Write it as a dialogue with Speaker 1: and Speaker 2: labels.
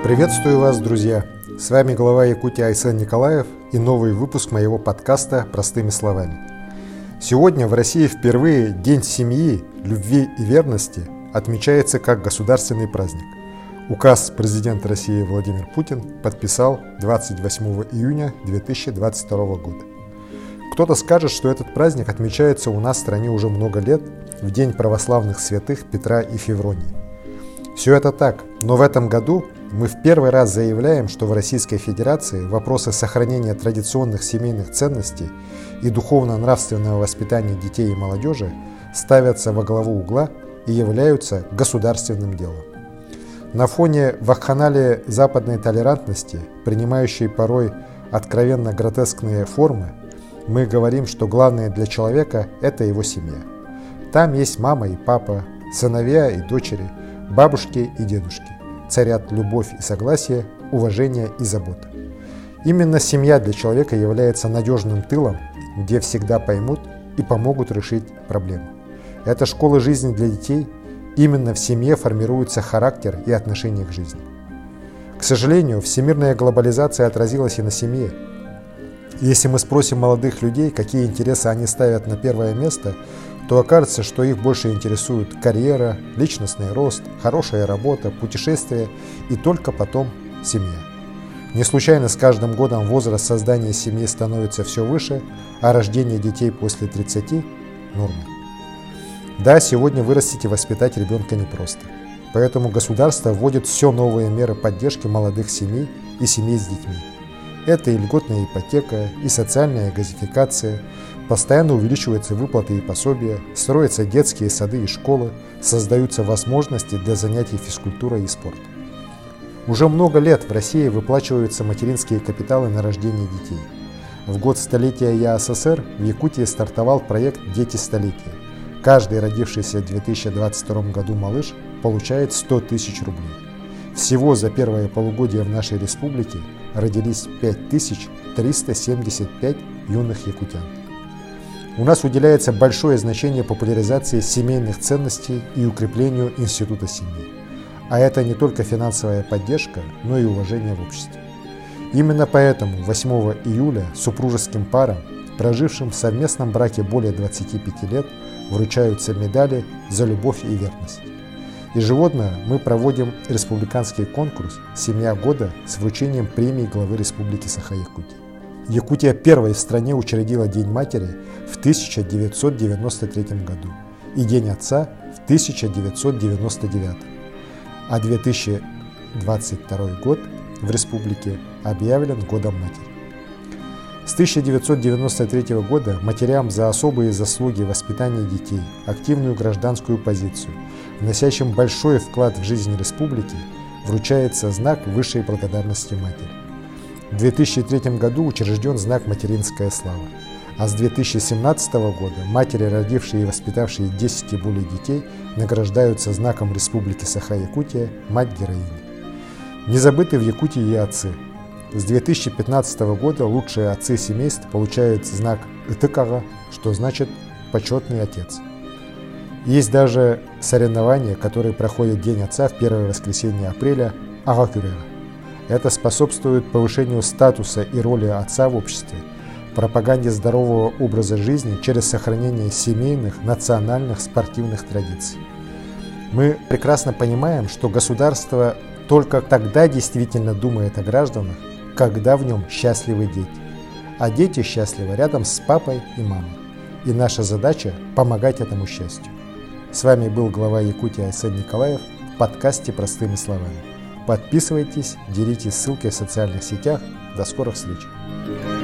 Speaker 1: Приветствую вас, друзья! С вами глава Якутии Айсен Николаев и новый выпуск моего подкаста «Простыми словами». Сегодня в России впервые День семьи, любви и верности отмечается как государственный праздник. Указ президента России Владимир Путин подписал 28 июня 2022 года. Кто-то скажет, что этот праздник отмечается у нас в стране уже много лет, в День православных святых Петра и Февронии. Все это так, но в этом году мы в первый раз заявляем, что в Российской Федерации вопросы сохранения традиционных семейных ценностей и духовно-нравственного воспитания детей и молодежи ставятся во главу угла и являются государственным делом. На фоне вакханалии западной толерантности, принимающей порой откровенно гротескные формы, мы говорим, что главное для человека – это его семья. Там есть мама и папа, сыновья и дочери, бабушки и дедушки. Царят любовь и согласие, уважение и забота. Именно семья для человека является надежным тылом, где всегда поймут и помогут решить проблему. Это школа жизни для детей. Именно в семье формируется характер и отношение к жизни. К сожалению, всемирная глобализация отразилась и на семье. Если мы спросим молодых людей, какие интересы они ставят на первое место, то окажется, что их больше интересует карьера, личностный рост, хорошая работа, путешествия и только потом семья. Не случайно с каждым годом возраст создания семьи становится все выше, а рождение детей после 30 – нормой. Да, сегодня вырастить и воспитать ребенка непросто. Поэтому государство вводит все новые меры поддержки молодых семей и семей с детьми. Это и льготная ипотека, и социальная газификация, постоянно увеличиваются выплаты и пособия, строятся детские сады и школы, создаются возможности для занятий физкультурой и спортом. Уже много лет в России выплачиваются материнские капиталы на рождение детей. В год столетия ЯССР в Якутии стартовал проект «Дети столетия». Каждый родившийся в 2022 году малыш получает 100 тысяч рублей. Всего за первое полугодие в нашей республике родились 5375 юных якутян. У нас уделяется большое значение популяризации семейных ценностей и укреплению института семьи. А это не только финансовая поддержка, но и уважение в обществе. Именно поэтому 8 июля супружеским парам, прожившим в совместном браке более 25 лет, вручаются медали за любовь и верность. Ежегодно мы проводим республиканский конкурс «Семья года» с вручением премии главы Республики Саха-Якутия. Якутия первой в стране учредила День матери в 1993 году и День отца в 1999, а 2022 год в республике объявлен Годом матери. С 1993 года матерям за особые заслуги в воспитании детей, активную гражданскую позицию, вносящим большой вклад в жизнь республики, вручается знак высшей благодарности матери. В 2003 году учрежден знак «Материнская слава», а с 2017 года матери, родившие и воспитавшие 10 и более детей, награждаются знаком Республики Саха-Якутия «Мать-героиня». Не забыты в Якутии и отцы. С 2015 года лучшие отцы семейств получают знак «Ытыкага», что значит «почетный отец». Есть даже соревнования, которые проходят День отца в первое воскресенье апреля – Агакюрега. Это способствует повышению статуса и роли отца в обществе, пропаганде здорового образа жизни через сохранение семейных, национальных, спортивных традиций. Мы прекрасно понимаем, что государство только тогда действительно думает о гражданах, когда в нем счастливы дети. А дети счастливы рядом с папой и мамой. И наша задача – помогать этому счастью. С вами был глава Якутии Айсен Николаев в подкасте «Простыми словами». Подписывайтесь, делитесь ссылкой в социальных сетях. До скорых встреч!